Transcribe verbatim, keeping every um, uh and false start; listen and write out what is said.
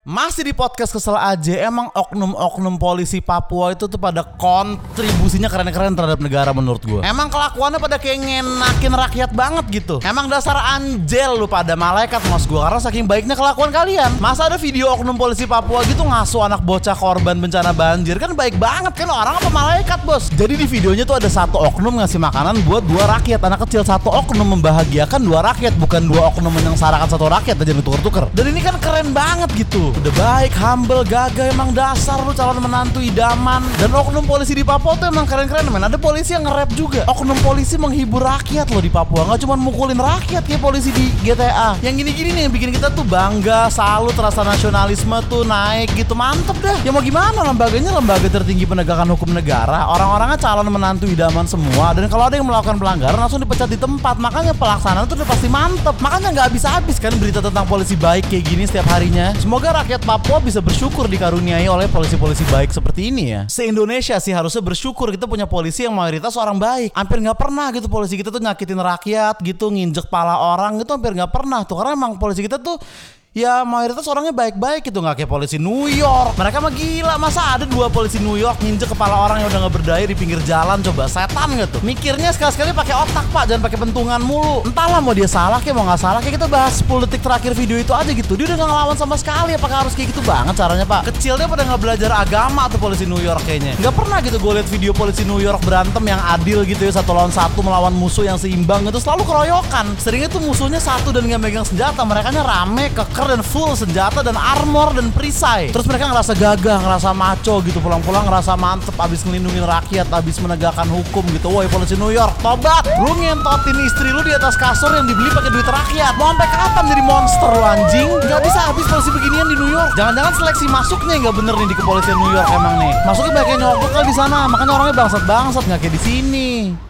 Masih di podcast Kesel aja. Emang oknum-oknum polisi Papua itu tuh pada kontribusinya keren-keren terhadap negara menurut gue. Emang kelakuannya pada kayak ngenakin rakyat banget gitu. Emang dasar anjel lu pada malaikat mas gue, karena saking baiknya kelakuan kalian. Masa ada video oknum polisi Papua gitu ngasuh anak bocah korban bencana banjir? Kan baik banget kan, orang apa malaikat bos. Jadi di videonya tuh ada satu oknum ngasih makanan buat dua rakyat anak kecil. Satu oknum membahagiakan dua rakyat, bukan dua oknum menyengsarakan satu rakyat aja ditukar-tukar. Dan ini kan keren banget gitu. Udah baik, humble, gagah, emang dasar lu calon menantu idaman. Dan oknum polisi di Papua tuh emang keren-keren men. Ada polisi yang nge-rap juga. Oknum polisi menghibur rakyat loh di Papua, nggak cuma mukulin rakyat kayak polisi di G T A. Yang gini-gini nih yang bikin kita tuh bangga, salut, rasa nasionalisme tuh naik gitu, mantep dah. Ya mau gimana, lembaganya lembaga tertinggi penegakan hukum negara, orang-orangnya calon menantu idaman semua. Dan kalau ada yang melakukan pelanggaran langsung dipecat di tempat. Makanya pelaksanaan tuh udah pasti mantep. Makanya nggak habis-habis kan berita tentang polisi baik kayak gini setiap harinya. Semoga rakyat Papua bisa bersyukur dikaruniai oleh polisi-polisi baik seperti ini ya. Se-Indonesia sih harusnya bersyukur kita punya polisi yang mayoritas orang baik. Hampir nggak pernah gitu polisi kita tuh nyakitin rakyat gitu, nginjek pala orang gitu, hampir nggak pernah tuh. Karena emang polisi kita tuh ya mayoritas orangnya baik-baik gitu, nggak kayak polisi New York. Mereka mah gila, masa ada dua polisi New York nginjek kepala orang yang udah nggak berdaya di pinggir jalan? Coba setan gitu. Mikirnya sekali-sekali pakai otak pak, jangan pakai pentungan mulu. Entahlah mau dia salah kayak mau nggak salah, kayak kita bahas sepuluh detik terakhir video itu aja gitu. Dia udah nggak ngelawan sama sekali, apakah harus kayak gitu banget caranya pak? Kecilnya pada nggak belajar agama tuh polisi New York kayaknya. Nggak pernah gitu gue liat video polisi New York berantem yang adil gitu ya, satu lawan satu melawan musuh yang seimbang gitu. Selalu keroyokan. Seringnya tuh musuhnya satu dan nggak megang senjata, merekanya rame, keker dan full senjata dan armor dan perisai. Terus mereka ngerasa gagah, ngerasa maco gitu, pulang-pulang ngerasa mantep abis ngelindungin rakyat, abis menegakkan hukum gitu. Woi polisi New York, tobat! Lu ngentotin istri lu di atas kasur yang dibeli pakai duit rakyat. Mau sampai kapan jadi monster lu anjing? Gak bisa habis polisi beginian di New York. Jangan-jangan seleksi masuknya nggak bener nih di kepolisian New York emang nih. Masuknya banyak yang nyogok kali di sana, makanya orangnya bangsat-bangsat nggak kayak di sini.